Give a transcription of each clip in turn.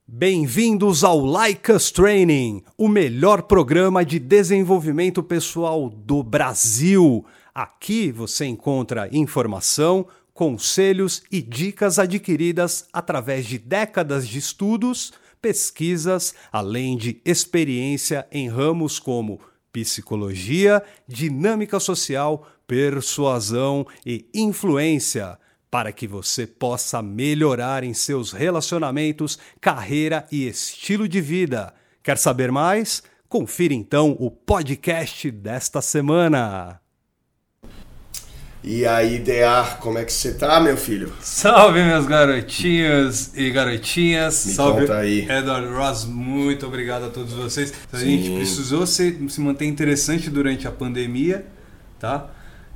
Bem-vindos ao Like Us Training, o melhor programa de desenvolvimento pessoal do Brasil. Aqui você encontra informação, conselhos e dicas adquiridas através de décadas de estudos, pesquisas, além de experiência em ramos como psicologia, dinâmica social, persuasão e influência, para que você possa melhorar em seus relacionamentos, carreira e estilo de vida. Quer saber mais? Confira então o podcast desta semana. E aí, DA, como é que você tá, meu filho? Salve, meus garotinhos e garotinhas. Me Salve, conta aí. Edward Ross, muito obrigado a todos vocês. A gente precisou se manter interessante durante a pandemia, tá?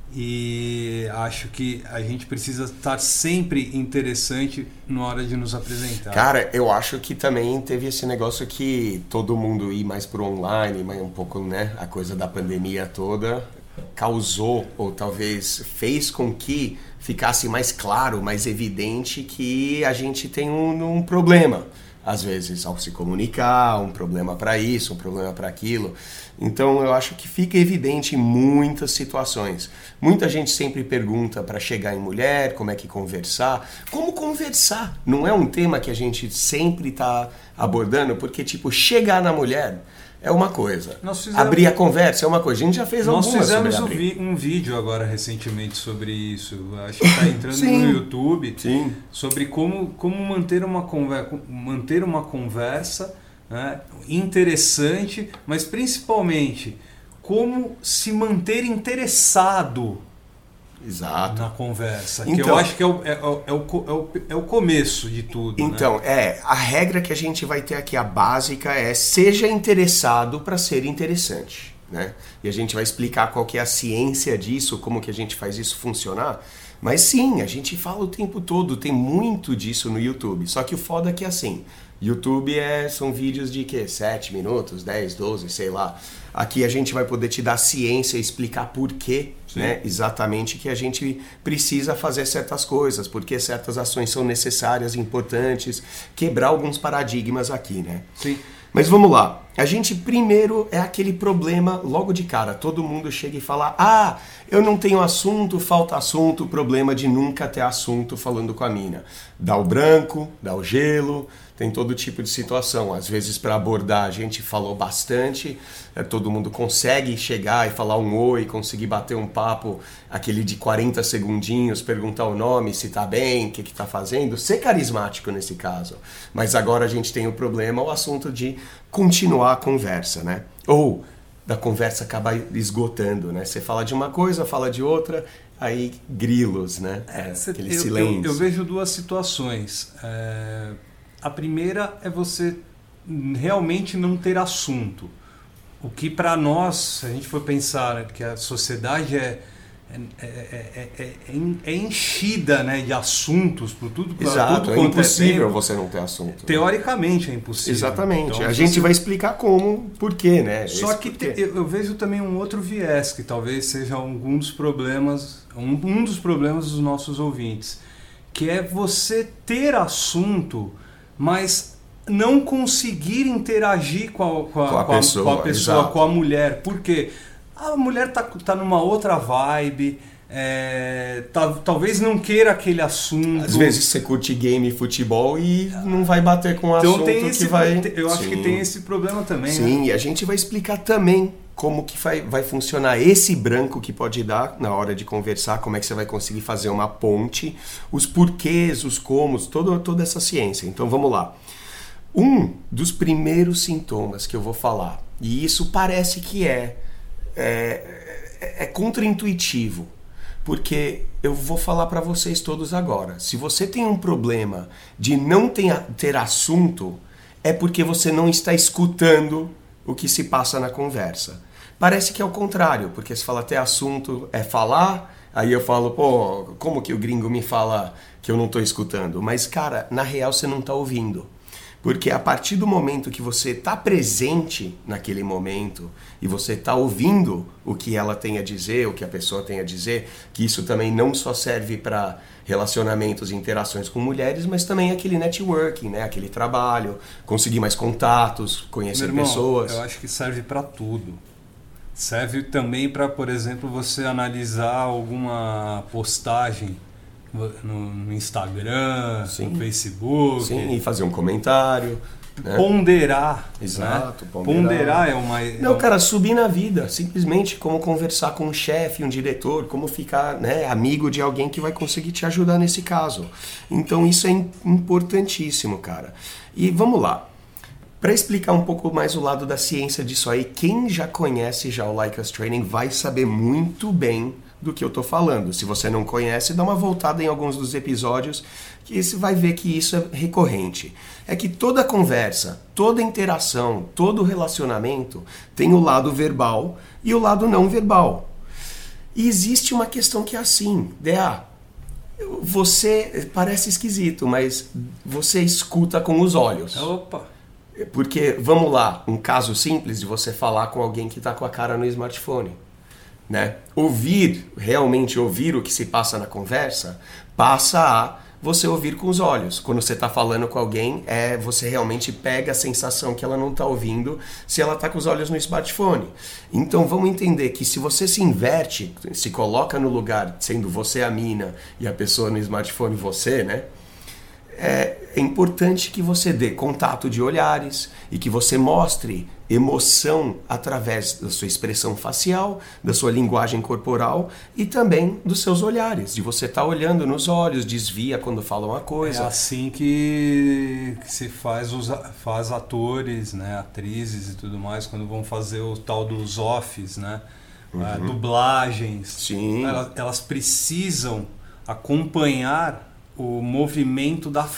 E acho que a gente precisa estar sempre interessante na hora de nos apresentar. Cara, eu acho que também teve esse negócio que todo mundo ir mais pro online, mas um pouco, né, a coisa da pandemia toda causou, ou talvez fez com que ficasse mais claro, mais evidente que a gente tem um problema. Às vezes, ao se comunicar, um problema para isso, um problema para aquilo. Então, eu acho que fica evidente em muitas situações. Muita gente sempre pergunta para chegar em mulher, como é que conversar. Como conversar? Não é um tema que a gente sempre está abordando, porque, tipo, chegar na mulher é uma coisa. Abrir a conversa é uma coisa. A gente já fez algumas sobre abrir. Nós fizemos um vídeo agora recentemente sobre isso. Acho que está entrando no YouTube. Sim. Sobre como manter uma conversa, né, interessante, mas principalmente como se manter interessado. Exato. Na conversa, então, que eu acho que é o começo de tudo. Então, né? A regra que a gente vai ter aqui, a básica, é seja interessado para ser interessante, né? E a gente vai explicar qual que é a ciência disso, como que a gente faz isso funcionar. Mas sim, a gente fala o tempo todo, tem muito disso no YouTube. Só que o foda é que assim, YouTube são vídeos de 7 minutos, 10, 12, sei lá. Aqui a gente vai poder te dar ciência e explicar por quê, né? Exatamente que a gente precisa fazer certas coisas, porque certas ações são necessárias, importantes, quebrar alguns paradigmas aqui, né? Sim. Mas vamos lá. A gente primeiro é aquele problema logo de cara. Todo mundo chega e fala, eu não tenho assunto, falta assunto, problema de nunca ter assunto falando com a mina. Dá o branco, dá o gelo, tem todo tipo de situação. Às vezes para abordar a gente falou bastante, todo mundo consegue chegar e falar um oi, conseguir bater um papo, aquele de 40 segundinhos, perguntar o nome, se tá bem, o que tá fazendo, ser carismático nesse caso. Mas agora a gente tem o problema, o assunto de continuar a conversa, né? Ou da conversa acabar esgotando, né? Você fala de uma coisa, fala de outra, aí grilos, né? Aquele silêncio. Eu vejo duas situações. A primeira é você realmente não ter assunto. O que para nós, se a gente for pensar que a sociedade é enchida, né, de assuntos por tudo. Exato, tudo é impossível você não ter assunto. Teoricamente é impossível. Exatamente. Então, a gente vai explicar como, por quê, né? Só que eu vejo também um outro viés, que talvez seja um dos problemas dos nossos ouvintes, que é você ter assunto, mas não conseguir interagir com a pessoa, com a mulher. Por quê? A mulher tá numa outra vibe, talvez não queira aquele assunto. Às vezes você curte game e futebol e não vai bater com o assunto que vai... Eu acho que tem esse problema também. Sim, né? E a gente vai explicar também como que vai funcionar esse branco que pode dar na hora de conversar, como é que você vai conseguir fazer uma ponte, os porquês, os comos, toda essa ciência. Então vamos lá. Um dos primeiros sintomas que eu vou falar, e isso parece que é contraintuitivo, porque eu vou falar para vocês todos agora. Se você tem um problema de não ter assunto, é porque você não está escutando o que se passa na conversa. Parece que é o contrário, porque se fala ter assunto é falar, aí eu falo, como que o gringo me fala que eu não estou escutando? Mas, cara, na real você não está ouvindo. Porque a partir do momento que você está presente naquele momento e você está ouvindo o que ela tem a dizer, o que a pessoa tem a dizer, que isso também não só serve para relacionamentos e interações com mulheres, mas também aquele networking, né? Aquele trabalho, conseguir mais contatos, conhecer Meu irmão, pessoas. Eu acho que serve para tudo. Serve também para, por exemplo, você analisar alguma postagem no Instagram, Sim. no Facebook. Sim, e fazer um comentário. Né? Ponderar. Exato, né? ponderar É uma... Não, cara, subir na vida. Simplesmente como conversar com um chefe, um diretor, como ficar, né, amigo de alguém que vai conseguir te ajudar nesse caso. Então isso é importantíssimo, cara. E vamos lá. Para explicar um pouco mais o lado da ciência disso aí, quem já conhece já o Like Us Training vai saber muito bem do que eu tô falando. Se você não conhece, dá uma voltada em alguns dos episódios que você vai ver que isso é recorrente. É que toda conversa, toda interação, todo relacionamento tem o lado verbal e o lado não verbal. E existe uma questão que é assim, DA, você parece esquisito, mas você escuta com os olhos. Opa! Porque, vamos lá, um caso simples de você falar com alguém que está com a cara no smartphone. Né? Realmente ouvir o que se passa na conversa, passa a você ouvir com os olhos. Quando você está falando com alguém, você realmente pega a sensação que ela não está ouvindo se ela está com os olhos no smartphone. Então vamos entender que se você se inverte, se coloca no lugar, sendo você a mina e a pessoa no smartphone você, né? É importante que você dê contato de olhares e que você mostre emoção através da sua expressão facial, da sua linguagem corporal e também dos seus olhares, de você estar olhando nos olhos, desvia quando fala uma coisa. É assim que se faz atores, né, atrizes e tudo mais, quando vão fazer o tal dos offs, né, dublagens. Sim. Elas precisam acompanhar o movimento da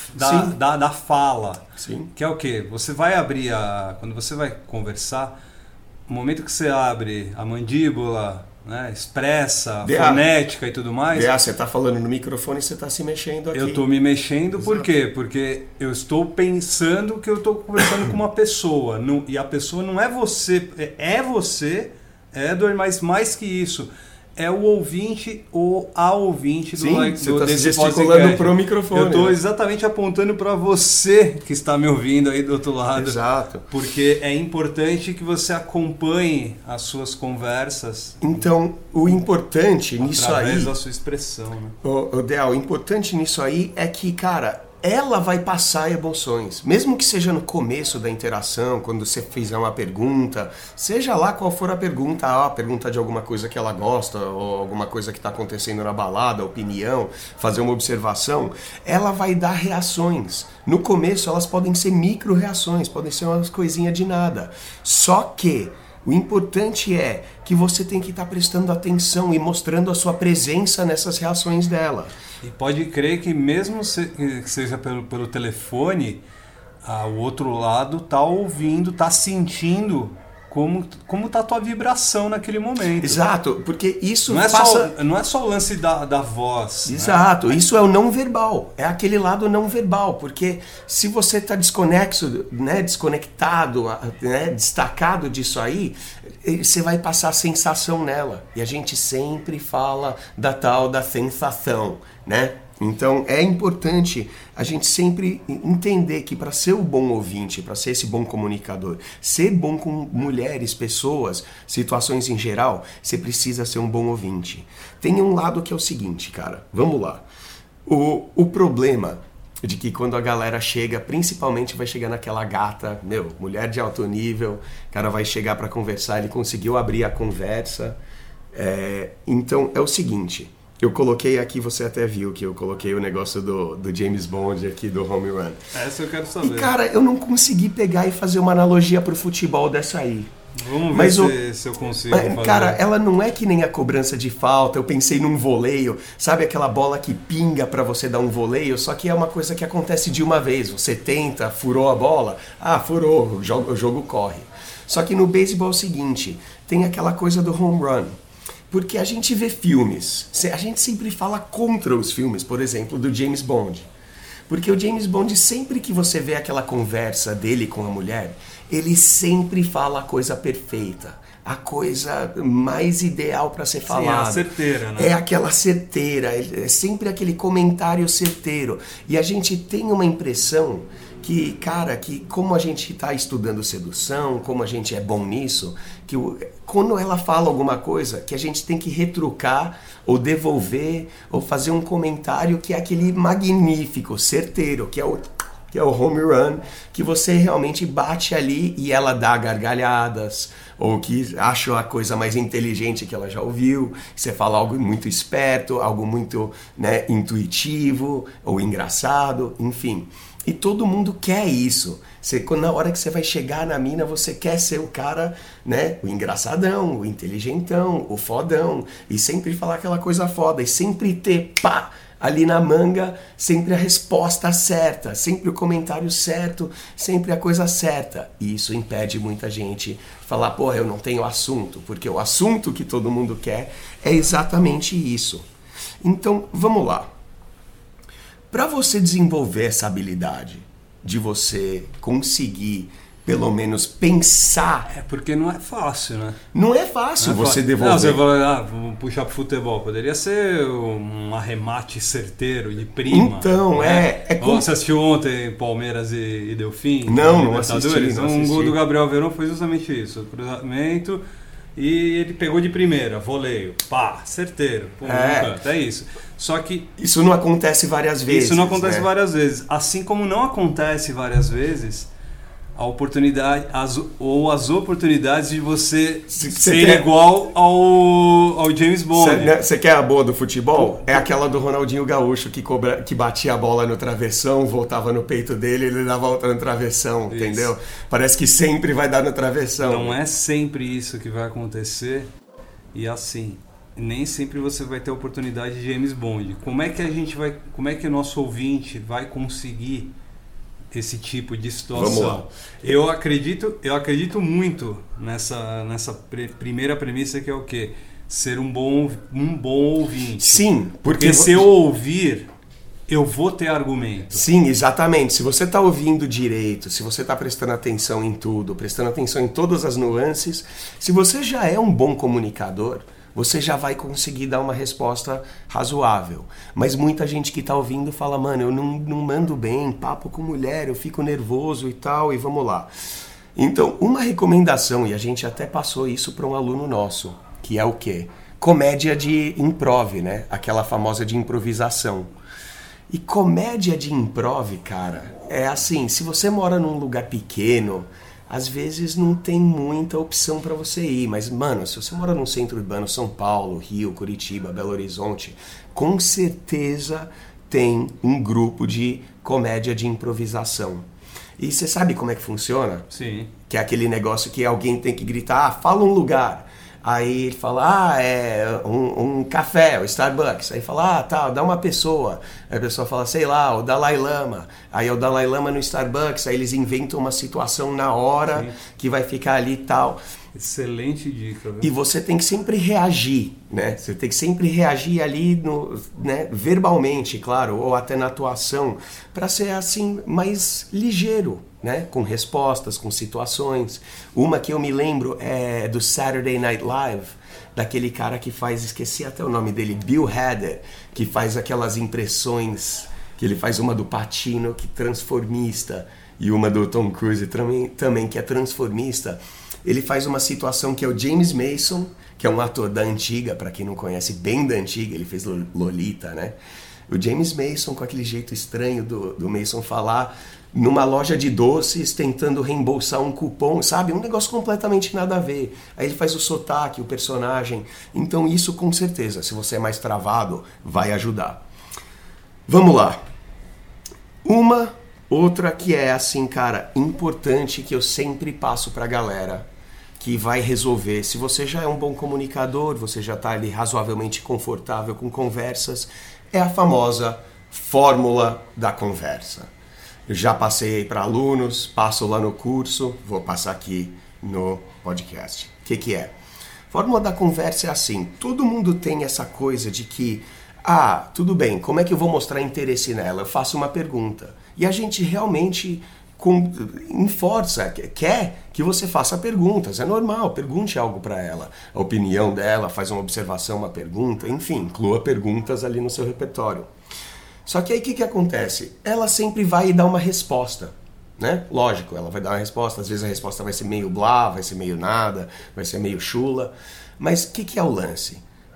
fala. Sim. Que é o quê? Você vai abrir quando você vai conversar, o momento que você abre a mandíbula, né, expressa, fonética e tudo mais. Você está falando no microfone e você está se mexendo aqui. Eu estou me mexendo. Exato. Por quê? Porque eu estou pensando que eu estou conversando com uma pessoa. E a pessoa não é você, é você, Edward, mas mais que isso. É o ouvinte ou a ouvinte do Sim, você está se desse gesticulando podcast. pro microfone. Eu estou né? exatamente apontando para você que está me ouvindo aí do outro lado. Exato. Porque é importante que você acompanhe as suas conversas. Então, o importante nisso aí... Através da sua expressão. Né? O importante nisso aí é que, cara, ela vai passar emoções. Mesmo que seja no começo da interação, quando você fizer uma pergunta, seja lá qual for a pergunta, a pergunta de alguma coisa que ela gosta, ou alguma coisa que está acontecendo na balada, opinião, fazer uma observação, ela vai dar reações. No começo elas podem ser micro-reações, podem ser umas coisinhas de nada. Só que o importante é que você tem que estar prestando atenção e mostrando a sua presença nessas reações dela. E pode crer que mesmo que seja pelo telefone, o outro lado está ouvindo, está sentindo como está a tua vibração naquele momento. Exato, porque isso não é só o lance da voz. Exato, né? Isso é o não verbal, é aquele lado não verbal, porque se você está desconexo, né, desconectado, né, destacado disso aí, você vai passar a sensação nela. E a gente sempre fala da tal da sensação, né? Então é importante a gente sempre entender que para ser o bom ouvinte, para ser esse bom comunicador, ser bom com mulheres, pessoas, situações em geral, você precisa ser um bom ouvinte. Tem um lado que é o seguinte, cara, vamos lá. O problema de que quando a galera chega, principalmente vai chegar naquela gata, mulher de alto nível, o cara vai chegar para conversar, ele conseguiu abrir a conversa. Então é o seguinte... Eu coloquei aqui, você até viu que eu coloquei o negócio do James Bond aqui, do Home Run. Essa eu quero saber. E, cara, eu não consegui pegar e fazer uma analogia pro futebol dessa aí. Vamos ver se eu consigo fazer. Cara, ela não é que nem a cobrança de falta, eu pensei num voleio, sabe aquela bola que pinga pra você dar um voleio, só que é uma coisa que acontece de uma vez, você tenta, furou a bola, furou, o jogo corre. Só que no beisebol é o seguinte, tem aquela coisa do home run. Porque a gente vê filmes, a gente sempre fala contra os filmes, por exemplo, do James Bond. Porque o James Bond, sempre que você vê aquela conversa dele com a mulher, ele sempre fala a coisa perfeita, a coisa mais ideal para ser falada. Sim, é a certeira, né? É aquela certeira, é sempre aquele comentário certeiro. E a gente tem uma impressão que, cara, que como a gente está estudando sedução, como a gente é bom nisso, que quando ela fala alguma coisa, que a gente tem que retrucar, ou devolver, ou fazer um comentário que é aquele magnífico, certeiro, que é o home run, que você realmente bate ali e ela dá gargalhadas, ou que acha a coisa mais inteligente que ela já ouviu, você fala algo muito esperto, algo muito, né, intuitivo, ou engraçado, enfim. E todo mundo quer isso. Na hora que você vai chegar na mina, você quer ser o cara, né, o engraçadão, o inteligentão, o fodão, e sempre falar aquela coisa foda, e sempre ter, pá, ali na manga, sempre a resposta certa, sempre o comentário certo, sempre a coisa certa. E isso impede muita gente falar, porra, eu não tenho assunto, porque o assunto que todo mundo quer é exatamente isso. Então, vamos lá. Para você desenvolver essa habilidade de você conseguir pelo menos pensar... É porque não é fácil, né? Não é fácil você devolver. Não, você fala, vamos puxar pro futebol. Poderia ser um arremate certeiro de prima. Então, né? Como... Você assistiu ontem Palmeiras e Delfim? Não assisti. Um gol do Gabriel Veron foi justamente isso. Cruzamento... E ele pegou de primeira, voleio, pá, certeiro, pô, é isso. Só que... Isso não acontece várias vezes. Isso não acontece, né? várias vezes. Assim como não acontece várias vezes a oportunidade, as oportunidades de você ser igual ao James Bond. Você quer a boa do futebol? É aquela do Ronaldinho Gaúcho que batia a bola no travessão, voltava no peito dele, ele dava outra no travessão, isso. Entendeu? Parece que sempre vai dar no travessão. Não é sempre isso que vai acontecer. E assim, nem sempre você vai ter a oportunidade de James Bond. Como é que o nosso ouvinte vai conseguir esse tipo de situação? Eu acredito muito nessa primeira premissa, que é o quê? Ser um bom ouvinte. Sim, porque se eu ouvir, eu vou ter argumento. Sim, exatamente. Se você está ouvindo direito, se você está prestando atenção em tudo, prestando atenção em todas as nuances, se você já é um bom comunicador, você já vai conseguir dar uma resposta razoável. Mas muita gente que está ouvindo fala, mano, eu não mando bem, papo com mulher, eu fico nervoso e tal, e vamos lá. Então, uma recomendação, e a gente até passou isso para um aluno nosso, que é o quê? Comédia de improv, né? Aquela famosa de improvisação. E comédia de improv, cara, é assim, se você mora num lugar pequeno, às vezes não tem muita opção para você ir, mas, mano, se você mora num centro urbano, São Paulo, Rio, Curitiba, Belo Horizonte, com certeza tem um grupo de comédia de improvisação. E você sabe como é que funciona? Sim. Que é aquele negócio que alguém tem que gritar, fala um lugar. Aí ele fala, é um café, o Starbucks. Aí fala, tá, dá uma pessoa. Aí a pessoa fala, sei lá, o Dalai Lama. Aí é o Dalai Lama no Starbucks. Aí eles inventam uma situação na hora, sim, que vai ficar ali e tal. Excelente dica, viu? E você tem que sempre reagir, né? Você tem que sempre reagir ali, né, verbalmente, claro, ou até na atuação, para ser assim mais ligeiro, né? Com respostas, com situações. Uma que eu me lembro é do Saturday Night Live, daquele cara que faz, esqueci até o nome dele, Bill Hader, que faz aquelas impressões, que ele faz uma do Pacino, que é transformista, e uma do Tom Cruise também que é transformista. Ele faz uma situação que é o James Mason, que é um ator da antiga, para quem não conhece, bem da antiga, ele fez Lolita, né? O James Mason, com aquele jeito estranho do Mason falar, numa loja de doces, tentando reembolsar um cupom, sabe? Um negócio completamente nada a ver. Aí ele faz o sotaque, o personagem. Então isso, com certeza, se você é mais travado, vai ajudar. Vamos lá. Uma outra que é, assim, cara, importante, que eu sempre passo pra galera, que vai resolver. Se você já é um bom comunicador, você já tá ali razoavelmente confortável com conversas, é a famosa fórmula da conversa. Eu já passei para alunos, passo lá no curso, vou passar aqui no podcast. O que é? Fórmula da conversa é assim, todo mundo tem essa coisa de que Ah, tudo bem, como é que eu vou mostrar interesse nela? Eu faço uma pergunta. E a gente realmente enforça, quer que você faça perguntas. É normal, pergunte algo para ela. A opinião dela, faz uma observação, uma pergunta, enfim, inclua perguntas ali no seu repertório. Só que aí o que acontece? Ela sempre vai dar uma resposta, né? Lógico, ela vai dar uma resposta, às vezes a resposta vai ser meio blá, vai ser meio nada, vai ser meio chula. Mas o que é o lance?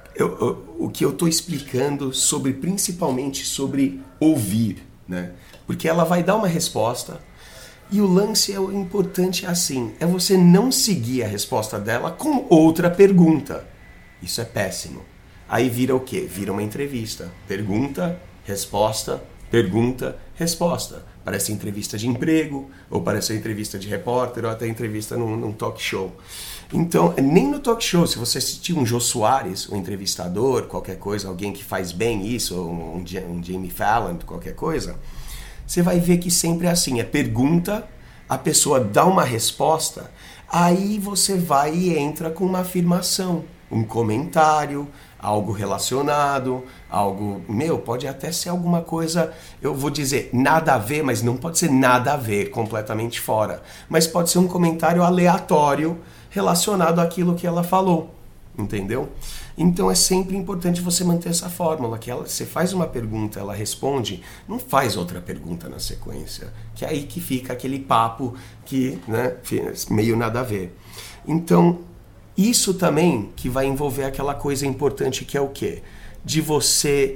O que eu estou explicando principalmente sobre ouvir, né? Porque ela vai dar uma resposta e o lance importante é assim, é você não seguir a resposta dela com outra pergunta. Isso é péssimo. Aí vira o quê? Vira uma entrevista. Pergunta, resposta, pergunta, resposta. Parece entrevista de emprego, ou parece entrevista de repórter, ou até entrevista num talk show. Então, nem no talk show, se você assistir um Jô Soares, um entrevistador, qualquer coisa, alguém que faz bem isso, ou um Jimmy Fallon, qualquer coisa, você vai ver que sempre é assim, é pergunta, a pessoa dá uma resposta, aí você vai e entra com uma afirmação, um comentário, algo relacionado, algo, pode até ser alguma coisa, eu vou dizer nada a ver, mas não pode ser nada a ver, completamente fora. Mas pode ser um comentário aleatório relacionado àquilo que ela falou, entendeu? Então é sempre importante você manter essa fórmula, que você faz uma pergunta, ela responde, não faz outra pergunta na sequência, que é aí que fica aquele papo que, né, meio nada a ver. Então, isso também que vai envolver aquela coisa importante que é o quê? De você,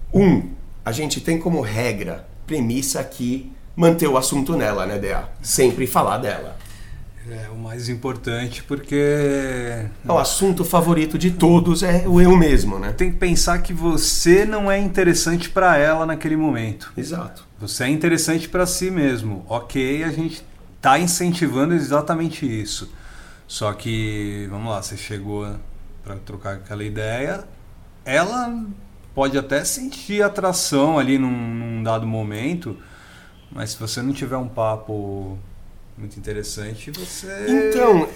a gente tem como regra, premissa aqui, manter o assunto nela, né, Dea? Sempre falar dela. É o mais importante porque... O assunto favorito de todos é o eu mesmo, né? Tem que pensar que você não é interessante para ela naquele momento. Exato. Você é interessante para si mesmo. Ok, a gente está incentivando exatamente isso. Só que, vamos lá, você chegou para trocar aquela ideia, ela pode até sentir atração ali num dado momento, mas se você não tiver um papo muito interessante, você... Então,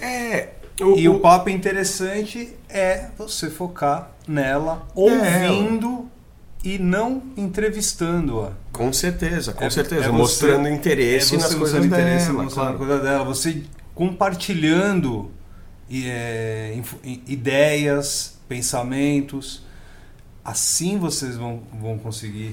o papo interessante é você focar nela, ouvindo e não entrevistando-a. Com certeza, com certeza. Mostrando interesse nas coisas dela. Mostrando coisa dela. Você compartilhando ideias, pensamentos. Assim vocês vão conseguir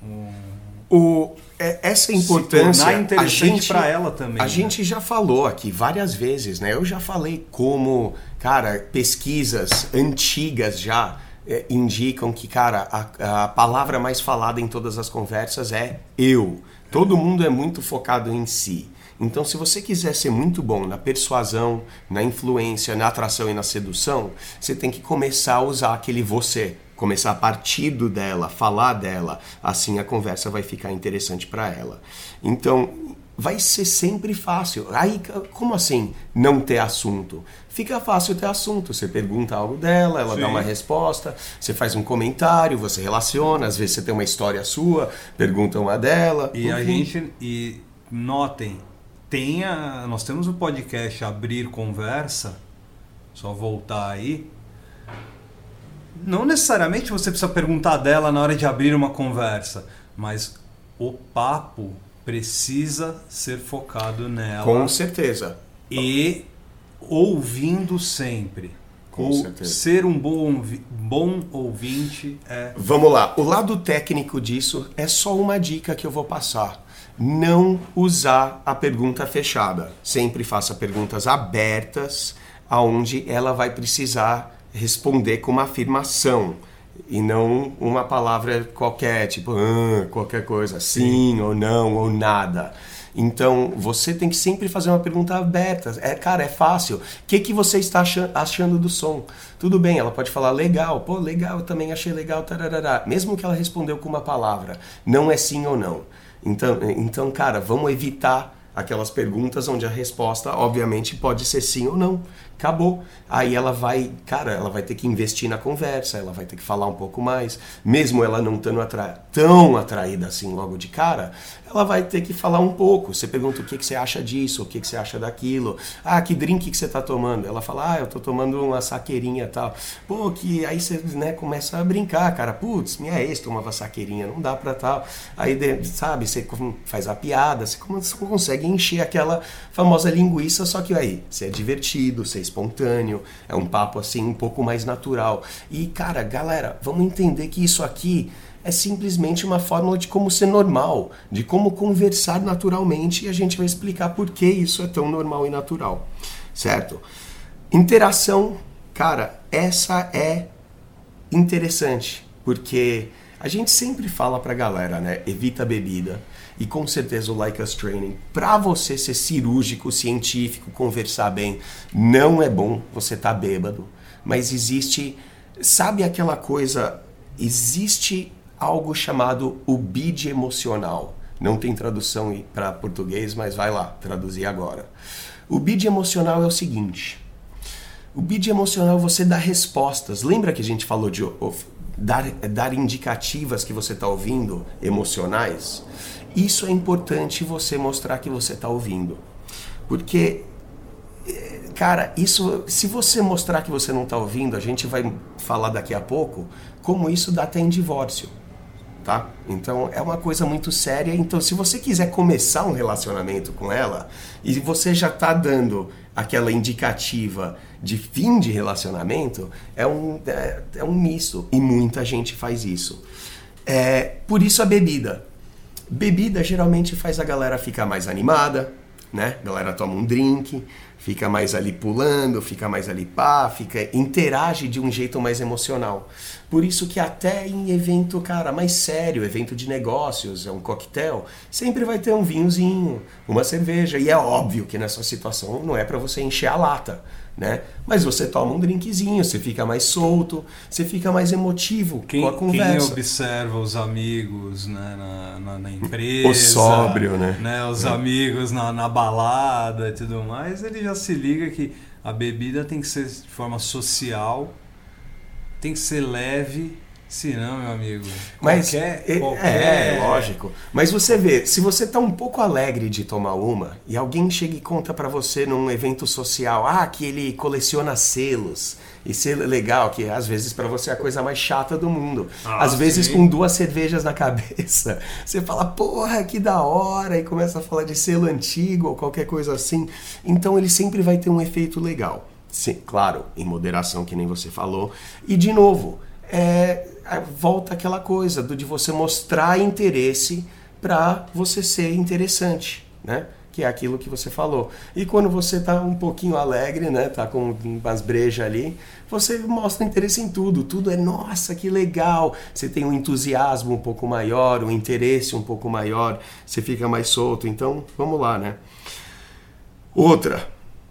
essa importância, se tornar interessante para ela também. A gente já falou aqui várias vezes, né? Eu já falei como, cara, pesquisas antigas já indicam que, cara, a palavra mais falada em todas as conversas é eu. Todo mundo é muito focado em si. Então, se você quiser ser muito bom na persuasão, na influência, na atração e na sedução, você tem que começar a usar aquele você. Começar a partir dela, falar dela, assim a conversa vai ficar interessante para ela. Então, vai ser sempre fácil. Aí, como assim não ter assunto? Fica fácil ter assunto. Você pergunta algo dela, ela dá uma resposta, você faz um comentário, você relaciona, às vezes você tem uma história sua, pergunta uma dela. E notem, nós temos o podcast Abrir Conversa, só voltar aí. Não necessariamente você precisa perguntar dela na hora de abrir uma conversa, mas o papo precisa ser focado nela. Com certeza. E ouvindo sempre. Com certeza. Ser um bom ouvinte é... Vamos lá. O lado técnico disso é só uma dica que eu vou passar. Não usar a pergunta fechada. Sempre faça perguntas abertas, aonde ela vai precisar responder com uma afirmação e não uma palavra qualquer, tipo qualquer coisa, sim ou não ou nada. Então você tem que sempre fazer uma pergunta aberta. Cara, é fácil. O que você está achando do som? Tudo bem, ela pode falar legal, legal, eu também achei legal, tararara. Mesmo que ela respondeu com uma palavra, não é sim ou não. Então, cara, vamos evitar aquelas perguntas onde a resposta, obviamente, pode ser sim ou não. Acabou. Aí ela vai ter que investir na conversa, ela vai ter que falar um pouco mais. Mesmo ela não estando tão atraída assim logo de cara, ela vai ter que falar um pouco. Você pergunta o que você acha disso, o que você acha daquilo. Ah, que drink que você está tomando? Ela fala, eu estou tomando uma saqueirinha e tal. Pô, que aí você, né, começa a brincar, cara. Putz, minha ex tomava saqueirinha, não dá pra tal. Aí, sabe, você faz a piada, você consegue encher aquela famosa linguiça, só que aí, você é divertido, você é espontâneo, é um papo assim um pouco mais natural. E, cara, galera, vamos entender que isso aqui é simplesmente uma fórmula de como ser normal, de como conversar naturalmente, e a gente vai explicar por que isso é tão normal e natural, certo? Interação, cara, essa é interessante, porque a gente sempre fala pra galera, né, evita a bebida, e com certeza o Like Us Training, pra você ser cirúrgico, científico, conversar bem, não é bom você tá bêbado, mas existe, sabe aquela coisa, existe algo chamado o bid emocional. Não tem tradução para português, mas vai lá, traduzir agora. O bid emocional é o seguinte. O bid emocional você dá respostas. Lembra que a gente falou de dar indicativas que você está ouvindo, emocionais? Isso é importante você mostrar que você está ouvindo. Porque, cara, isso, se você mostrar que você não está ouvindo, a gente vai falar daqui a pouco, como isso dá até em divórcio. Tá? Então é uma coisa muito séria. Então se você quiser começar um relacionamento com ela e você já está dando aquela indicativa de fim de relacionamento, é um misto e muita gente faz isso. Por isso a bebida. Bebida geralmente faz a galera ficar mais animada, né? A galera toma um drink, fica mais ali pulando, fica mais ali interage de um jeito mais emocional. Por isso que até em evento, cara, mais sério, evento de negócios, é um coquetel, sempre vai ter um vinhozinho, uma cerveja. E é óbvio que nessa situação não é para você encher a lata, né? Mas você toma um drinkzinho, você fica mais solto, você fica mais emotivo com a conversa. Quem observa os amigos, né, na empresa, o sóbrio, né? Os amigos na balada e tudo mais, ele já se liga que a bebida tem que ser de forma social, tem que ser leve, senão, meu amigo, qualquer... lógico. Mas você vê, se você tá um pouco alegre de tomar uma e alguém chega e conta pra você num evento social, que ele coleciona selos, e selo é legal, que às vezes pra você é a coisa mais chata do mundo. Às vezes com 2 cervejas na cabeça, você fala, porra, que da hora, e começa a falar de selo antigo ou qualquer coisa assim. Então ele sempre vai ter um efeito legal. Sim, claro, em moderação, que nem você falou. E de novo, volta aquela coisa de você mostrar interesse para você ser interessante, né? Que é aquilo que você falou. E quando você tá um pouquinho alegre, né? Tá com umas brejas ali, você mostra interesse em tudo. Tudo é, nossa, que legal. Você tem um entusiasmo um pouco maior, um interesse um pouco maior, você fica mais solto. Então, vamos lá, né? Outra,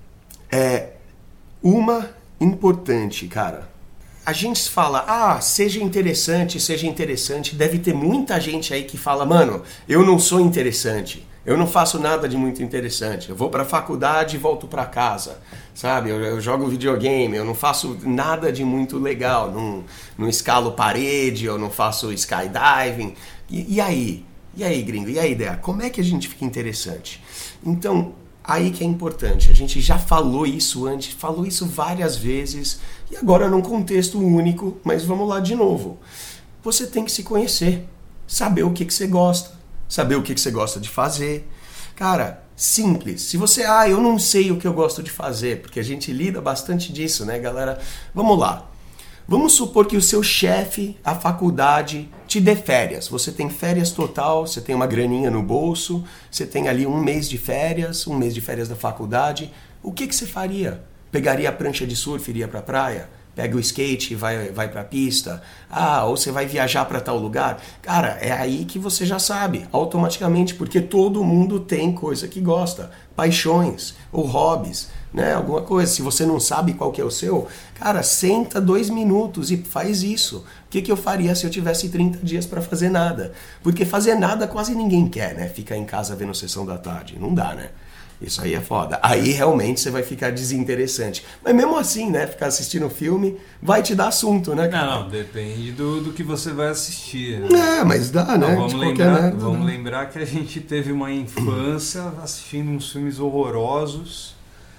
uma importante, cara. A gente fala, seja interessante. Deve ter muita gente aí que fala, mano, eu não sou interessante. Eu não faço nada de muito interessante. Eu vou pra faculdade e volto pra casa. Sabe? Eu jogo videogame, eu não faço nada de muito legal. Não escalo parede, eu não faço skydiving. E aí? E aí, gringo? E a ideia? Como é que a gente fica interessante? Então, aí que é importante. A gente já falou isso antes, falou isso várias vezes, e agora num contexto único, mas vamos lá de novo. Você tem que se conhecer, saber o que você gosta, saber o que você gosta de fazer. Cara, simples. Se você, eu não sei o que eu gosto de fazer, porque a gente lida bastante disso, né, galera? Vamos lá. Vamos supor que o seu chefe, a faculdade, te dê férias. Você tem férias total, você tem uma graninha no bolso, você tem ali um mês de férias da faculdade. O que você faria? Pegaria a prancha de surf e iria pra praia? pega o skate e vai pra pista. Ah, ou você vai viajar para tal lugar. Cara, é aí que você já sabe, automaticamente, porque todo mundo tem coisa que gosta. Paixões ou hobbies, né? Alguma coisa. Se você não sabe qual que é o seu, cara, senta 2 minutos e faz isso. O que eu faria se eu tivesse 30 dias para fazer nada? Porque fazer nada quase ninguém quer, né? Ficar em casa vendo Sessão da Tarde. Não dá, né? Isso aí é foda. Aí realmente você vai ficar desinteressante. Mas mesmo assim, né? Ficar assistindo filme vai te dar assunto, né, cara? Não, depende do que você vai assistir. Né? É, mas dá, né? Vamos lembrar que a gente teve uma infância assistindo uns filmes horrorosos,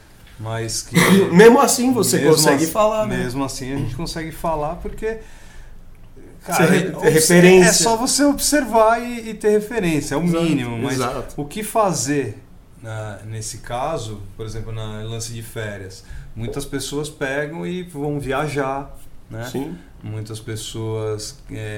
mas que... Mesmo assim você consegue falar, né? Mesmo assim a gente consegue falar porque... Cara, referência. É só você observar e ter referência, é o mínimo. Mas exato. O que fazer nesse caso, por exemplo, na lance de férias? Muitas pessoas pegam e vão viajar, né? Sim. Muitas pessoas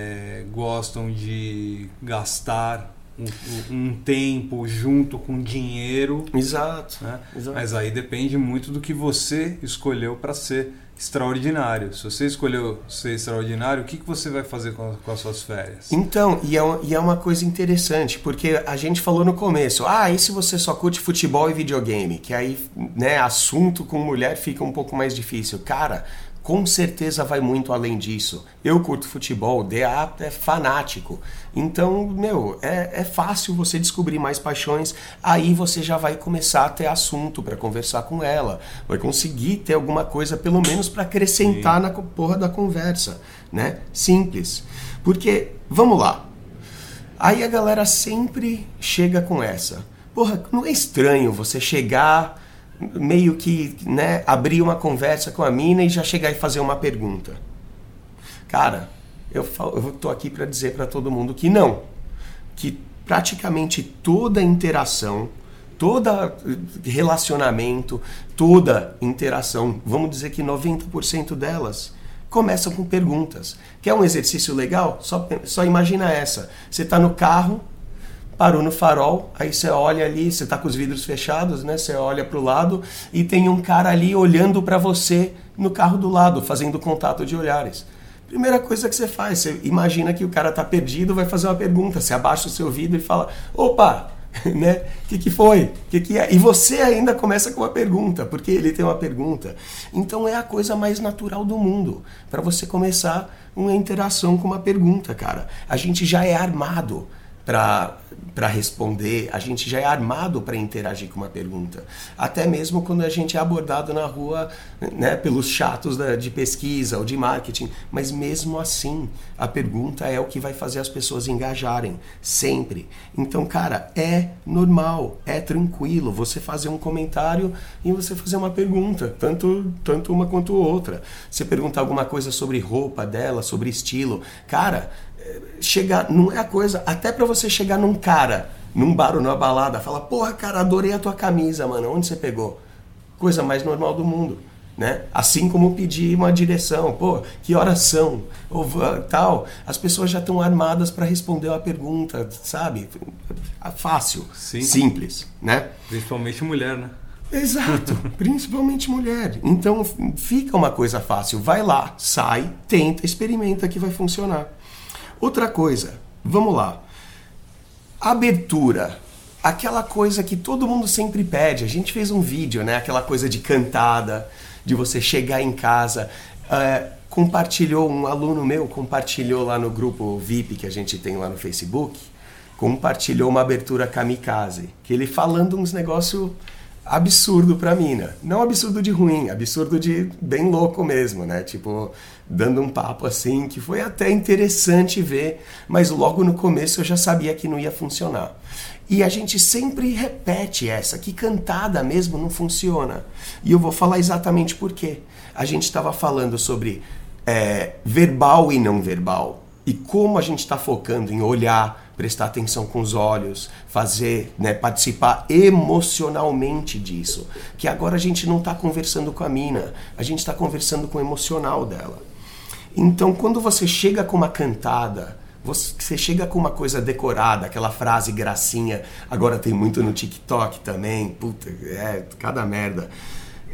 gostam de gastar um tempo junto com dinheiro. Exato, né? Exato. Mas aí depende muito do que você escolheu para ser extraordinário. Se você escolheu ser extraordinário, o que você vai fazer com as suas férias? Então, e é uma coisa interessante, porque a gente falou no começo, e se você só curte futebol e videogame? Que aí, né, assunto com mulher fica um pouco mais difícil. Cara, com certeza vai muito além disso. Eu curto futebol, o DA é fanático. Então, é fácil você descobrir mais paixões. Aí você já vai começar a ter assunto para conversar com ela. Vai conseguir ter alguma coisa, pelo menos, para acrescentar na porra da conversa, né? Simples. Porque, vamos lá. Aí a galera sempre chega com essa. Porra, não é estranho você chegar... meio que, né, abrir uma conversa com a mina e já chegar e fazer uma pergunta. Cara, eu tô aqui para dizer para todo mundo que não. Que praticamente toda interação, todo relacionamento, toda interação, vamos dizer que 90% delas começam com perguntas. Quer um exercício legal? Só imagina essa. Você tá no carro, parou no farol, aí você olha ali, você tá com os vidros fechados, né? Você olha pro lado e tem um cara ali olhando para você no carro do lado, fazendo contato de olhares. Primeira coisa que você faz, você imagina que o cara tá perdido, vai fazer uma pergunta, você abaixa o seu vidro e fala, opa, né? O que foi? O que é? E você ainda começa com uma pergunta, porque ele tem uma pergunta. Então é a coisa mais natural do mundo, para você começar uma interação com uma pergunta, cara. A gente já é armado para responder, a gente já é armado para interagir com uma pergunta. Até mesmo quando a gente é abordado na rua, né, pelos chatos de pesquisa ou de marketing. Mas mesmo assim, a pergunta é o que vai fazer as pessoas engajarem, sempre. Então, cara, é normal, é tranquilo você fazer um comentário e você fazer uma pergunta, tanto uma quanto outra. Você perguntar alguma coisa sobre roupa dela, sobre estilo. Cara, chegar, não é a coisa, até pra você chegar num cara, num bar ou numa balada, falar, porra, cara, adorei a tua camisa, mano, onde você pegou? Coisa mais normal do mundo, né? Assim como pedir uma direção, pô, que horas são? Ou tal, as pessoas já estão armadas para responder uma pergunta, sabe? Fácil, Sim. Simples, né? Principalmente mulher, né? Exato, principalmente mulher. Então fica uma coisa fácil, vai lá, sai, tenta, experimenta que vai funcionar. Outra coisa, vamos lá. Abertura. Aquela coisa que todo mundo sempre pede. A gente fez um vídeo, né? Aquela coisa de cantada, de você chegar em casa. Compartilhou, um aluno meu compartilhou lá no grupo VIP que a gente tem lá no Facebook, compartilhou uma abertura kamikaze, que ele falando uns negócios absurdo pra mina. Não absurdo de ruim, absurdo de bem louco mesmo, né? Tipo, dando um papo assim, que foi até interessante ver, mas logo no começo eu já sabia que não ia funcionar. E a gente sempre repete essa, que cantada mesmo não funciona. E eu vou falar exatamente por quê. A gente estava falando sobre verbal e não verbal. E como a gente está focando em olhar, prestar atenção com os olhos, fazer, né, participar emocionalmente disso. Que agora a gente não está conversando com a mina, a gente está conversando com o emocional dela. Então, quando você chega com uma cantada, você chega com uma coisa decorada, aquela frase gracinha, agora tem muito no TikTok também, puta, cada merda.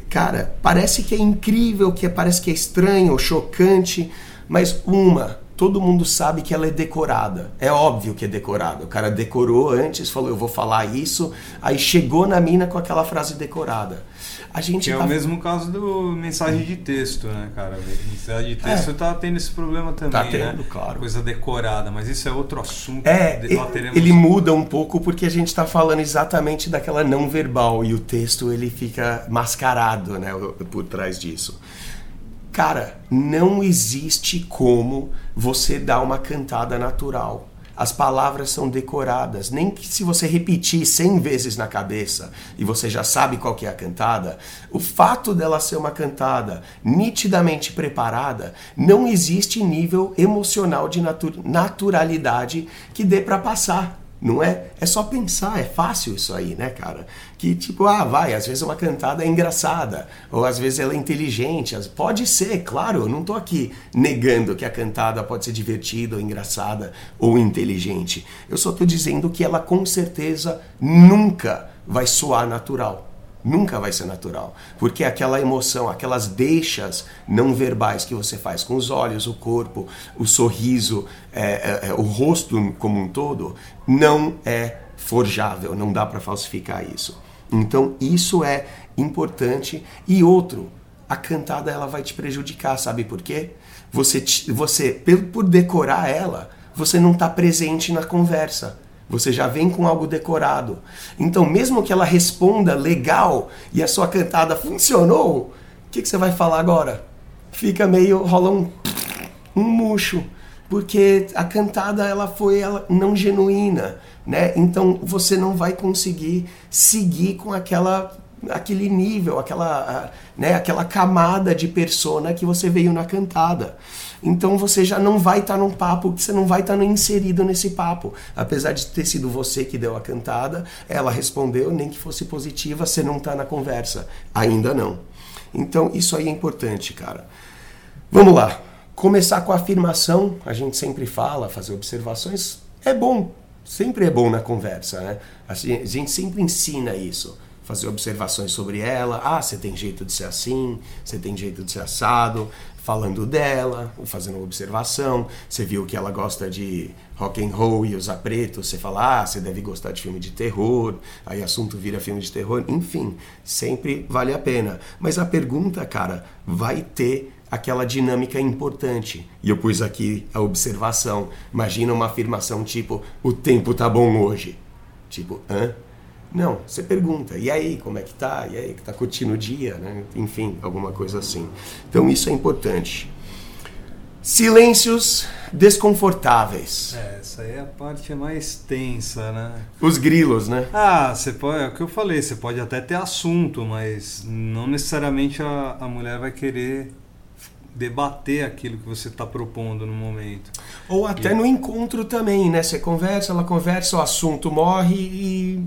Cara, parece que é incrível, parece que é estranho, chocante, mas todo mundo sabe que ela é decorada. É óbvio que é decorada. O cara decorou antes, falou, eu vou falar isso, aí chegou na mina com aquela frase decorada. A gente que é o mesmo caso do mensagem de texto, né, cara? Mensagem de texto tá tendo esse problema também, tá tendo, né? Claro. Coisa decorada, mas isso é outro assunto. Ele muda um pouco porque a gente tá falando exatamente daquela não verbal e o texto ele fica mascarado, né, por trás disso. Cara, não existe como você dar uma cantada natural. As palavras são decoradas. Nem que se você repetir 100 vezes na cabeça e você já sabe qual que é a cantada, o fato dela ser uma cantada nitidamente preparada, não existe nível emocional de naturalidade que dê para passar. Não é? É só pensar, é fácil isso aí, né, cara? Que tipo, às vezes uma cantada é engraçada, ou às vezes ela é inteligente. Pode ser, claro, eu não tô aqui negando que a cantada pode ser divertida, ou engraçada, ou inteligente. Eu só tô dizendo que ela com certeza nunca vai soar natural. Nunca vai ser natural, porque aquela emoção, aquelas deixas não verbais que você faz com os olhos, o corpo, o sorriso, o rosto como um todo, não é forjável, não dá para falsificar isso. Então isso é importante. E outro, a cantada ela vai te prejudicar, sabe por quê? Você por decorar ela, você não está presente na conversa. Você já vem com algo decorado. Então, mesmo que ela responda legal e a sua cantada funcionou, o que você vai falar agora? Rola um murcho. Porque a cantada ela foi não genuína, né? Então, você não vai conseguir seguir com aquele nível, aquela camada de persona que você veio na cantada. Então você já não vai estar num papo, você não vai estar inserido nesse papo. Apesar de ter sido você que deu a cantada, ela respondeu, nem que fosse positiva, você não está na conversa. Ainda não. Então isso aí é importante, cara. Vamos lá. Começar com a afirmação, a gente sempre fala, fazer observações, é bom. Sempre é bom na conversa, né? A gente sempre ensina isso. Fazer observações sobre ela. Você tem jeito de ser assim, você tem jeito de ser assado. Falando dela, fazendo uma observação. Você viu que ela gosta de rock and roll e usar preto. Você fala, você deve gostar de filme de terror. Aí assunto vira filme de terror. Enfim, sempre vale a pena. Mas a pergunta, cara, vai ter aquela dinâmica importante. E eu pus aqui a observação. Imagina uma afirmação tipo, o tempo tá bom hoje. Tipo, Não, você pergunta, e aí, como é que tá? E aí, que tá curtindo o dia, né? Enfim, alguma coisa assim. Então isso é importante. Silêncios desconfortáveis. Essa aí é a parte mais tensa, né? Os grilos, né? Você pode, é o que eu falei, você pode até ter assunto, mas não necessariamente a mulher vai querer debater aquilo que você está propondo no momento. Ou até no encontro também, né? Você conversa, ela conversa, o assunto morre e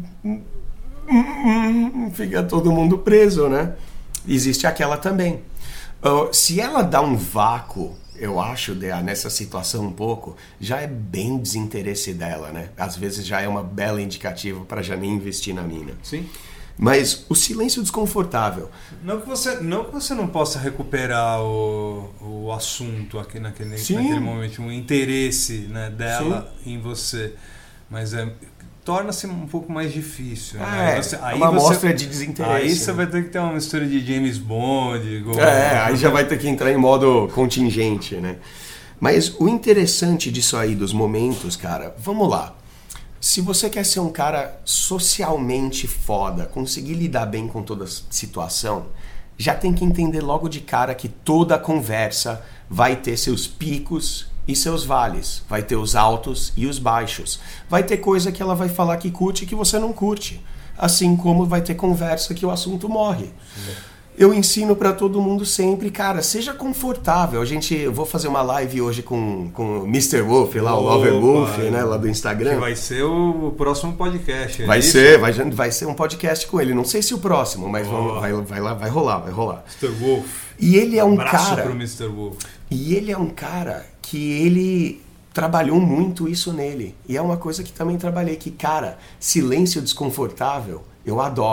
fica todo mundo preso, né? Existe aquela também. Se ela dá um vácuo, eu acho, nessa situação um pouco, já é bem desinteresse dela, né? Às vezes já é uma bela indicativa para já nem investir na mina. Sim. Mas o silêncio desconfortável. Não que você não possa recuperar o assunto aqui naquele momento, o interesse, né, dela em você, mas torna-se um pouco mais difícil. Né? É uma amostra de desinteresse. Aí você vai ter que ter uma mistura de James Bond. Aí já vai ter que entrar em modo contingente, né? Mas o interessante disso aí, dos momentos, cara, vamos lá. Se você quer ser um cara socialmente foda, conseguir lidar bem com toda a situação, já tem que entender logo de cara que toda a conversa vai ter seus picos e seus vales. Vai ter os altos e os baixos. Vai ter coisa que ela vai falar que curte e que você não curte. Assim como vai ter conversa que o assunto morre. Eu ensino pra todo mundo sempre, cara, seja confortável. Eu vou fazer uma live hoje com o Mr. Wolf, lá, o Lover Wolf, né, lá do Instagram. Que vai ser o próximo podcast. Vai ser um podcast com ele. Não sei se o próximo, mas vai rolar. Mr. Wolf. E ele é um abraço cara... pro Mr. Wolf. E ele é um cara que ele trabalhou muito isso nele. E é uma coisa que também trabalhei, que, cara, silêncio desconfortável, eu adoro.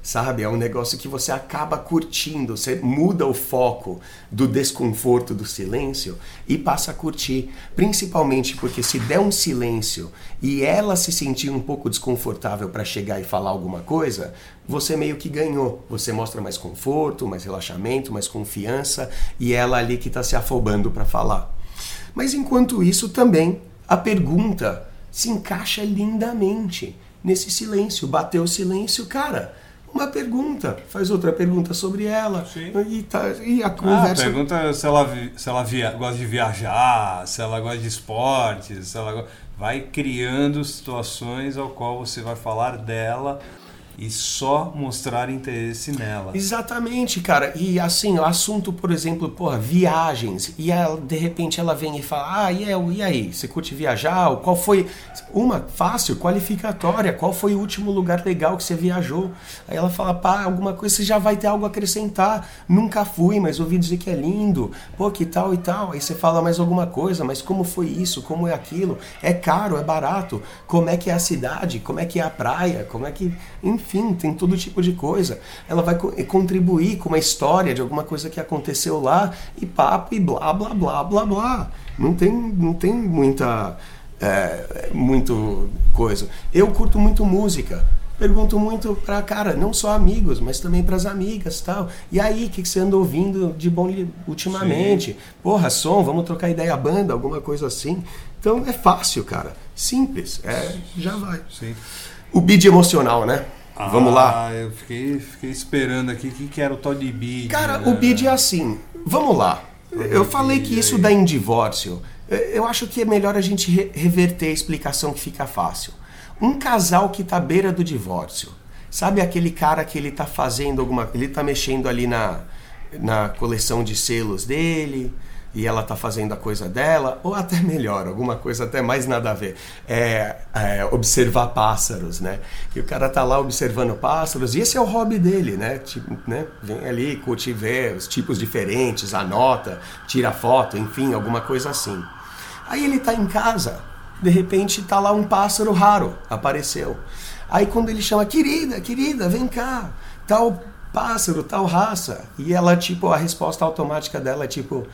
sabe? É um negócio que você acaba curtindo, você muda o foco do desconforto do silêncio e passa a curtir. Principalmente porque se der um silêncio e ela se sentir um pouco desconfortável para chegar e falar alguma coisa, você meio que ganhou. Você mostra mais conforto, mais relaxamento, mais confiança e ela ali que está se afobando para falar. Mas enquanto isso também, a pergunta se encaixa lindamente nesse silêncio. Bateu o silêncio, cara... Uma pergunta, faz outra pergunta sobre ela. Sim. E a conversa... Pergunta se ela gosta de viajar, se ela gosta de esportes, vai criando situações ao qual você vai falar dela e só mostrar interesse nela. Exatamente, cara. E assim, o assunto, por exemplo, viagens. E ela, de repente ela vem e fala, e aí, você curte viajar? Qual foi... Uma fácil, qualificatória. Qual foi o último lugar legal que você viajou? Aí ela fala, alguma coisa, você já vai ter algo a acrescentar. Nunca fui, mas ouvi dizer que é lindo. Que tal e tal. Aí você fala mais alguma coisa, mas como foi isso? Como é aquilo? É caro? É barato? Como é que é a cidade? Como é que é a praia? Como é que... Enfim, tem todo tipo de coisa. Ela vai contribuir com uma história de alguma coisa que aconteceu lá e papo e blá, blá, blá, blá, blá. Não tem muita... muito coisa. Eu curto muito música. Pergunto muito pra, cara, não só amigos, mas também pras amigas e tal. E aí, o que você anda ouvindo de bom ultimamente? Sim. Som, vamos trocar ideia, banda, alguma coisa assim. Então é fácil, cara. Simples. Já vai. Sim. O bid emocional, né? Vamos lá. Eu fiquei esperando aqui o que era o tal de bid. Cara, o bid é assim. Vamos lá. Eu falei que isso dá em divórcio. Eu acho que é melhor a gente reverter a explicação que fica fácil. Um casal que tá à beira do divórcio. Sabe aquele cara que ele tá fazendo ele tá mexendo ali na coleção de selos dele e ela tá fazendo a coisa dela, ou até melhor, alguma coisa até mais nada a ver. Observar pássaros, né? E o cara tá lá observando pássaros, e esse é o hobby dele, né? Tipo, né? Vem ali, curte ver os tipos diferentes, anota, tira foto, enfim, alguma coisa assim. Aí ele tá em casa, de repente tá lá um pássaro raro, apareceu. Aí quando ele chama, querida, vem cá, tal pássaro, tal raça. E ela, tipo, a resposta automática dela é tipo...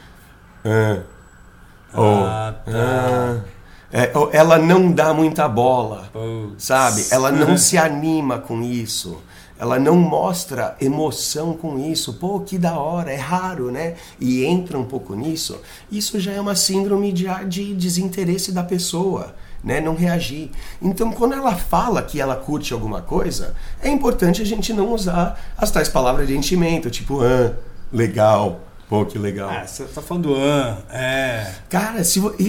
ela não dá muita bola, sabe? Ela não se anima com isso. Ela não mostra emoção com isso. Que da hora, é raro, né? E entra um pouco nisso. Isso já é uma síndrome de desinteresse da pessoa, né? Não reagir. Então, quando ela fala que ela curte alguma coisa, é importante a gente não usar as tais palavras de enchimento, tipo, legal. Que legal. Você tá falando Cara,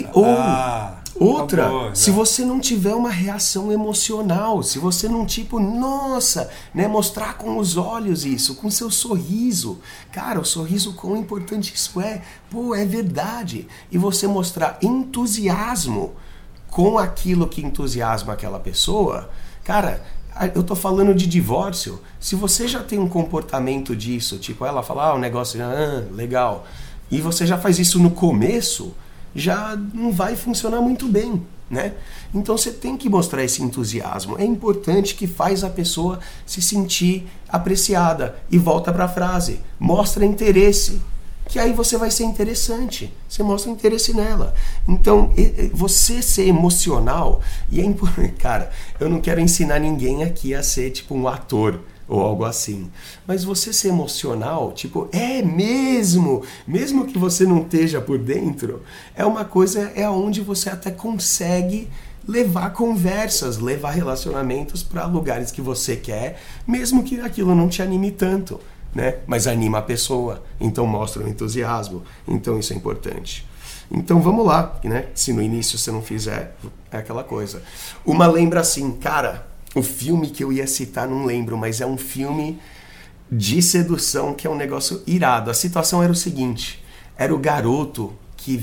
se você não tiver uma reação emocional, se você não nossa, né, mostrar com os olhos isso, com seu sorriso. Cara, o sorriso, quão importante isso é. É verdade. E você mostrar entusiasmo com aquilo que entusiasma aquela pessoa, cara... Eu tô falando de divórcio. Se você já tem um comportamento disso, tipo, ela fala, o negócio, legal, e você já faz isso no começo, já não vai funcionar muito bem, né? Então você tem que mostrar esse entusiasmo. É importante que faz a pessoa se sentir apreciada. E volta pra frase, mostra interesse. Que aí você vai ser interessante, você mostra interesse nela. Então, você ser emocional, e cara, eu não quero ensinar ninguém aqui a ser tipo um ator ou algo assim, mas você ser emocional, tipo, mesmo que você não esteja por dentro, é uma coisa, onde você até consegue levar conversas, levar relacionamentos para lugares que você quer, mesmo que aquilo não te anime tanto. Né? Mas anima a pessoa, então mostra o entusiasmo, então isso é importante. Então vamos lá, né? Se no início você não fizer, é aquela coisa. Uma lembra assim, cara, o filme que eu ia citar não lembro, mas é um filme de sedução que é um negócio irado. A situação era o seguinte, era o garoto que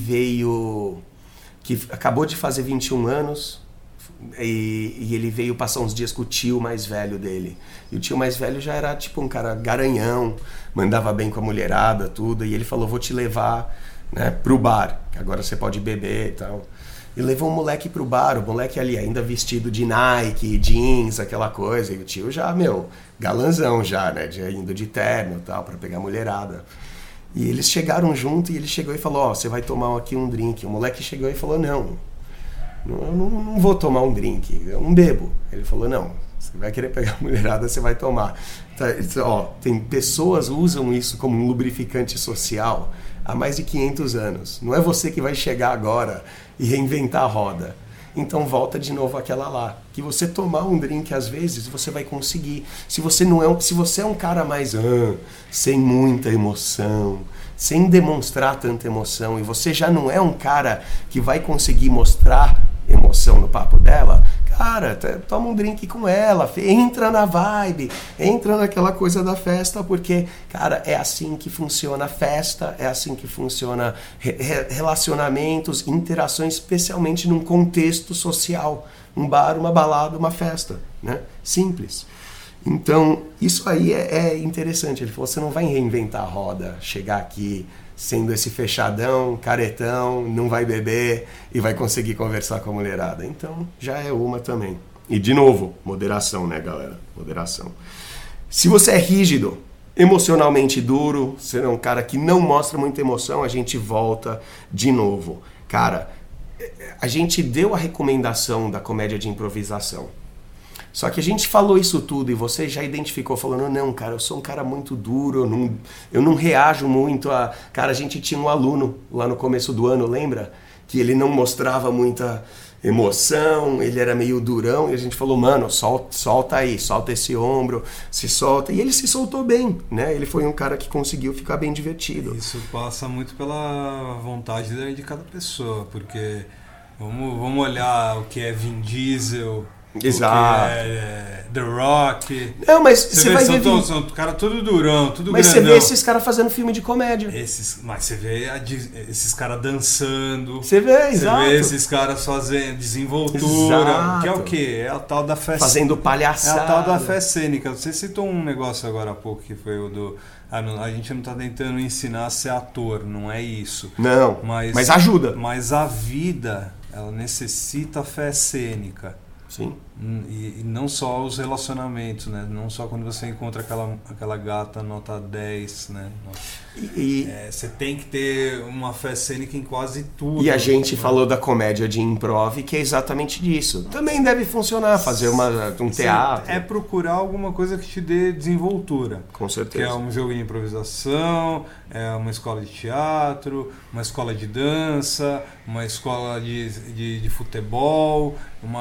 acabou de fazer 21 anos, e ele veio passar uns dias com o tio mais velho dele. E o tio mais velho já era tipo um cara garanhão, mandava bem com a mulherada, tudo. E ele falou, vou te levar, né, pro bar, que agora você pode beber e tal. e levou o moleque pro bar, o moleque ali ainda vestido de Nike, jeans, aquela coisa, e o tio já, galanzão já, né, indo de terno e tal, pra pegar a mulherada. E eles chegaram junto e ele chegou e falou, você vai tomar aqui um drink. O moleque chegou e falou, não, eu não vou tomar um drink, eu não bebo. Ele falou, não, você vai querer pegar a mulherada, você vai tomar. Tem pessoas usam isso como um lubrificante social há mais de 500 anos. Não é você que vai chegar agora e reinventar a roda. Então volta de novo àquela lá. Que você tomar um drink às vezes você vai conseguir. Se você é um cara mais sem muita emoção, sem demonstrar tanta emoção, e você já não é um cara que vai conseguir mostrar emoção no papo dela, cara, toma um drink com ela, entra na vibe, entra naquela coisa da festa, porque, cara, é assim que funciona a festa, é assim que funciona relacionamentos, interações, especialmente num contexto social, um bar, uma balada, uma festa, né? Simples. Então, isso aí é interessante. Ele falou, você não vai reinventar a roda, chegar aqui sendo esse fechadão, caretão, não vai beber e vai conseguir conversar com a mulherada. Então, já é uma também. E, de novo, moderação, né, galera? Moderação. Se você é rígido, emocionalmente duro, você é um cara que não mostra muita emoção, a gente volta de novo. Cara, a gente deu a recomendação da comédia de improvisação. Só que a gente falou isso tudo e você já identificou, falando, não, cara, eu sou um cara muito duro, eu não reajo muito a... Cara, a gente tinha um aluno lá no começo do ano, lembra? Que ele não mostrava muita emoção, ele era meio durão, e a gente falou, mano, solta aí, solta esse ombro, se solta. E ele se soltou bem, né? Ele foi um cara que conseguiu ficar bem divertido. Isso passa muito pela vontade de cada pessoa, porque vamos olhar o que é Vin Diesel... Exato. The Rock. Não, mas você vai ver. São cara todo durão, tudo mas grandão. Você vê esses caras fazendo filme de comédia. Mas você vê esses caras dançando. Você vê, exato. Você vê esses caras fazendo desenvoltura. Exato. Que é o quê? É a tal da fé. Fazendo palhaçada. É a tal da fé cênica. Você citou um negócio agora há pouco que foi o do. A gente não está tentando ensinar a ser ator, não é isso. Não. Mas ajuda. Mas a vida, ela necessita fé cênica. Sim. E não só os relacionamentos, né? Não só quando você encontra aquela gata nota 10, né? Você tem que ter uma fé cênica em quase tudo. E a gente falou da comédia de improv, que é exatamente disso. Também deve funcionar, fazer um teatro. É procurar alguma coisa que te dê desenvoltura. Com certeza. Que é um jogo de improvisação, é uma escola de teatro, uma escola de dança, uma escola de futebol,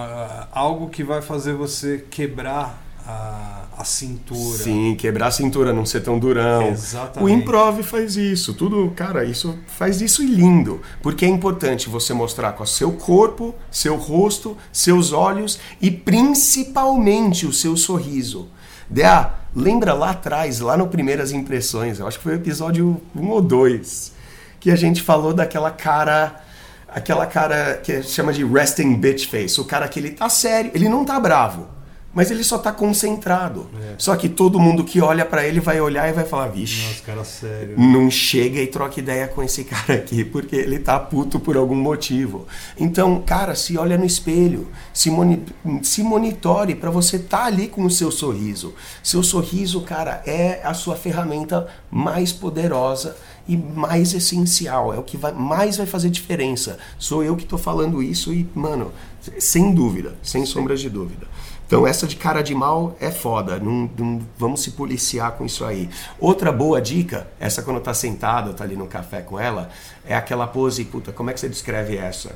algo que vai fazer você quebrar a cintura. Sim, quebrar a cintura, não ser tão durão. Exatamente. O improv faz isso. Tudo, cara, isso faz isso lindo. Porque é importante você mostrar com o seu corpo, seu rosto, seus olhos e principalmente o seu sorriso. Lembra lá atrás, lá no Primeiras Impressões, eu acho que foi o episódio 1 ou 2, que a gente falou daquela cara... Aquela cara que chama de resting bitch face. O cara que ele tá sério, ele não tá bravo, mas ele só tá concentrado. Só que todo mundo que olha pra ele vai olhar e vai falar, vixe, nossa, cara sério. Não chega e troca ideia com esse cara aqui, porque ele tá puto por algum motivo. Então, cara, se olha no espelho, se monitore pra você tá ali com o seu sorriso. Seu sorriso, cara, é a sua ferramenta mais poderosa e mais essencial, é o que mais vai fazer diferença. Sou eu que tô falando isso e, mano, sem dúvida, sem sombras de dúvida. Então essa de cara de mal é foda, não vamos se policiar com isso aí. Outra boa dica, essa quando tá sentada, tá ali no café com ela, é aquela pose, puta, como é que você descreve essa?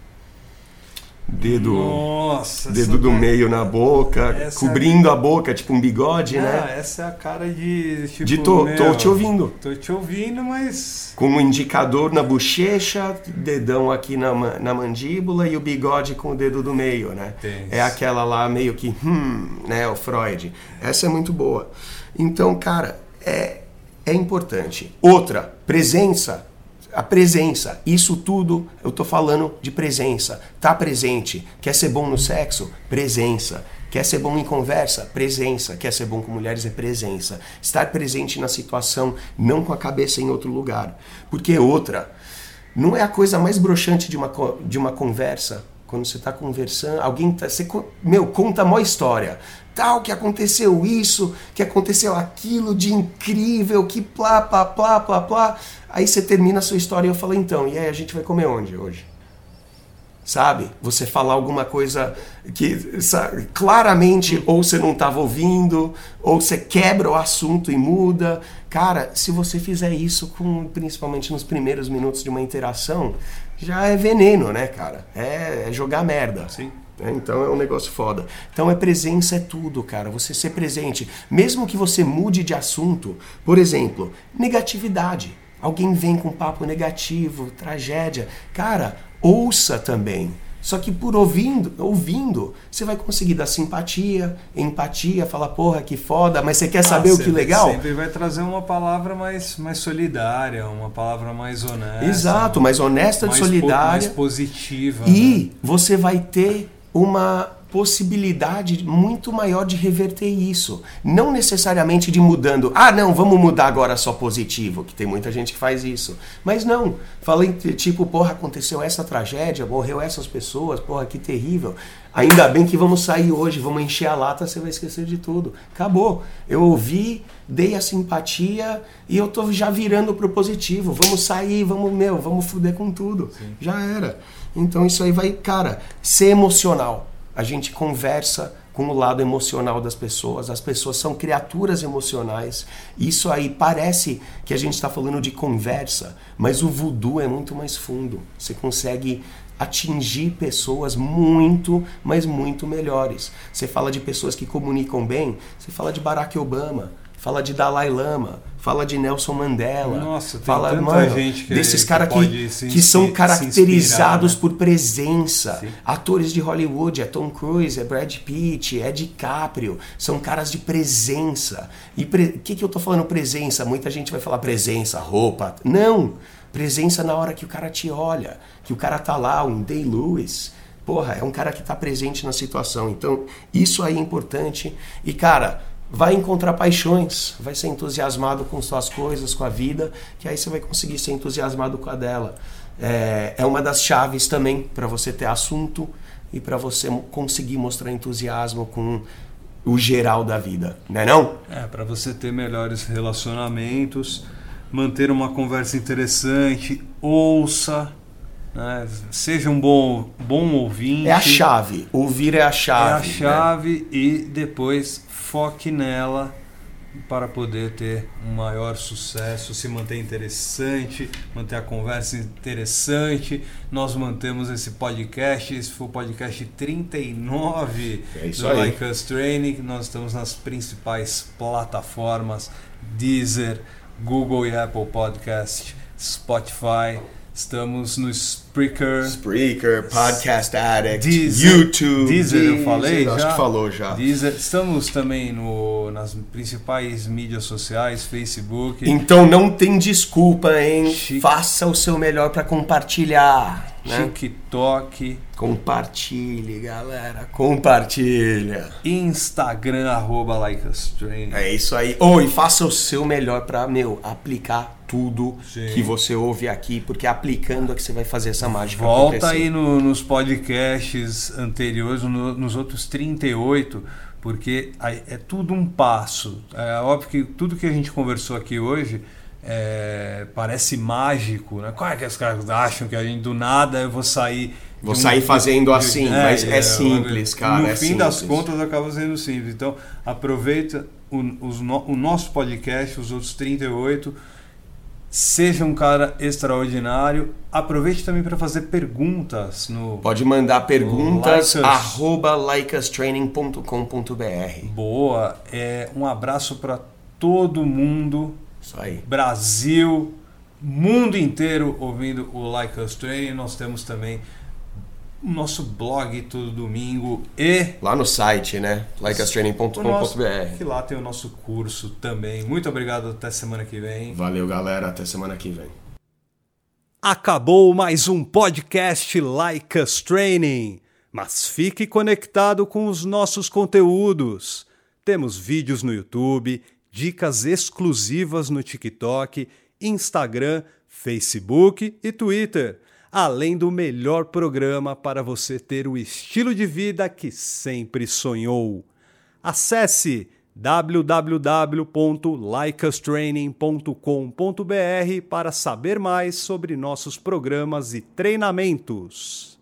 Dedo do meio na boca, cobrindo a boca, tipo um bigode, né? Essa é a cara de tô te ouvindo. Tô te ouvindo, mas... Com o indicador na bochecha, dedão aqui na mandíbula e o bigode com o dedo do meio, né? É aquela lá meio que, né? O Freud. Essa é muito boa. Então, cara, é importante. Outra, presença. A presença, isso tudo eu tô falando de presença. Tá presente. Quer ser bom no sexo? Presença. Quer ser bom em conversa? Presença. Quer ser bom com mulheres? É presença. Estar presente na situação, não com a cabeça em outro lugar. Porque outra, Não é a coisa mais broxante de uma conversa? Quando você está conversando, conta a maior história. Tal, que aconteceu isso, que aconteceu aquilo de incrível, que plá, plá, plá, plá, plá. Aí você termina a sua história e eu falo, então, e aí a gente vai comer onde hoje? Sabe? Você falar alguma coisa que claramente ou você não estava ouvindo, ou você quebra o assunto e muda. Cara, se você fizer isso principalmente nos primeiros minutos de uma interação, já é veneno, né, cara? É jogar merda. Sim. Então é um negócio foda. Então presença é tudo, cara. Você ser presente. Mesmo que você mude de assunto, por exemplo, negatividade. Alguém vem com papo negativo, tragédia. Cara, ouça também. Só que por ouvindo, você vai conseguir dar simpatia, empatia, falar, porra, que foda, mas você quer saber o que legal? Sempre vai trazer uma palavra mais solidária, uma palavra mais honesta. Exato, mais honesta, solidária. Mais positiva. E você vai ter uma possibilidade muito maior de reverter isso. Não necessariamente de mudando. Ah, não, vamos mudar agora só positivo, que tem muita gente que faz isso. Mas não. Falei tipo, porra, aconteceu essa tragédia, morreu essas pessoas, porra, que terrível. Ainda bem que vamos sair hoje, vamos encher a lata, você vai esquecer de tudo. Acabou. Eu ouvi, dei a simpatia e eu tô já virando pro positivo. Vamos sair, vamos fuder com tudo. Sim. Já era. Então isso aí vai, cara, ser emocional. A gente conversa com o lado emocional das pessoas. As pessoas são criaturas emocionais. Isso aí parece que a gente está falando de conversa, mas o voodoo é muito mais fundo. Você consegue atingir pessoas muito, mas muito melhores. Você fala de pessoas que comunicam bem, você fala de Barack Obama, fala de Dalai Lama, fala de Nelson Mandela. Nossa, tem fala, tanta gente desses caras que são caracterizados por presença. Sim. Atores de Hollywood, é Tom Cruise, é Brad Pitt, é DiCaprio. São caras de presença. E o que eu tô falando presença? Muita gente vai falar presença, roupa. Não! Presença na hora que o cara te olha, que o cara tá lá, um Day-Lewis. Porra, é um cara que tá presente na situação. Então, isso aí é importante. E, cara, vai encontrar paixões, vai ser entusiasmado com suas coisas, com a vida, que aí você vai conseguir ser entusiasmado com a dela. É uma das chaves também para você ter assunto e para você conseguir mostrar entusiasmo com o geral da vida, não é não? Para você ter melhores relacionamentos, manter uma conversa interessante, ouça, né? Seja um bom ouvinte. É a chave, ouvir é a chave. É a chave, né? E depois foque nela para poder ter um maior sucesso, se manter interessante, manter a conversa interessante. Nós mantemos esse podcast, esse foi o podcast 39 do Like Us Training. Nós estamos nas principais plataformas, Deezer, Google e Apple Podcast, Spotify. Estamos no Spreaker, Podcast Addict, YouTube. Deezer eu falei já? Acho que falou já. Deezer. Estamos também nas principais mídias sociais, Facebook. Então não tem desculpa, hein? Faça o seu melhor para compartilhar. Né? TikTok. Compartilhe, galera. Compartilha. Instagram, @LikeUsTraining. É isso aí. E faça o seu melhor para, aplicar tudo que você ouve aqui, porque aplicando é que você vai fazer essa mágica acontecer. Volta aí nos podcasts anteriores, nos outros 38, porque é tudo um passo. É óbvio que tudo que a gente conversou aqui hoje parece mágico, né? Qual é que os caras acham que a gente do nada eu vou sair... Vou sair fazendo assim, mas é simples, cara. No fim das contas acaba sendo simples. Então aproveita o nosso podcast, os outros 38. Seja um cara extraordinário. Aproveite também para fazer perguntas. Pode mandar perguntas @likeustraining.com.br. Boa. Um abraço para todo mundo. Isso aí. Brasil, mundo inteiro ouvindo o Like Us Training. Nós temos também o nosso blog todo domingo e... Lá no site, né? likeustraining.com.br. Que lá tem o nosso curso também. Muito obrigado, até semana que vem. Valeu, galera. Até semana que vem. Acabou mais um podcast Like Us Training. Mas fique conectado com os nossos conteúdos. Temos vídeos no YouTube, dicas exclusivas no TikTok, Instagram, Facebook e Twitter, além do melhor programa para você ter o estilo de vida que sempre sonhou. Acesse www.likeustraining.com.br para saber mais sobre nossos programas e treinamentos.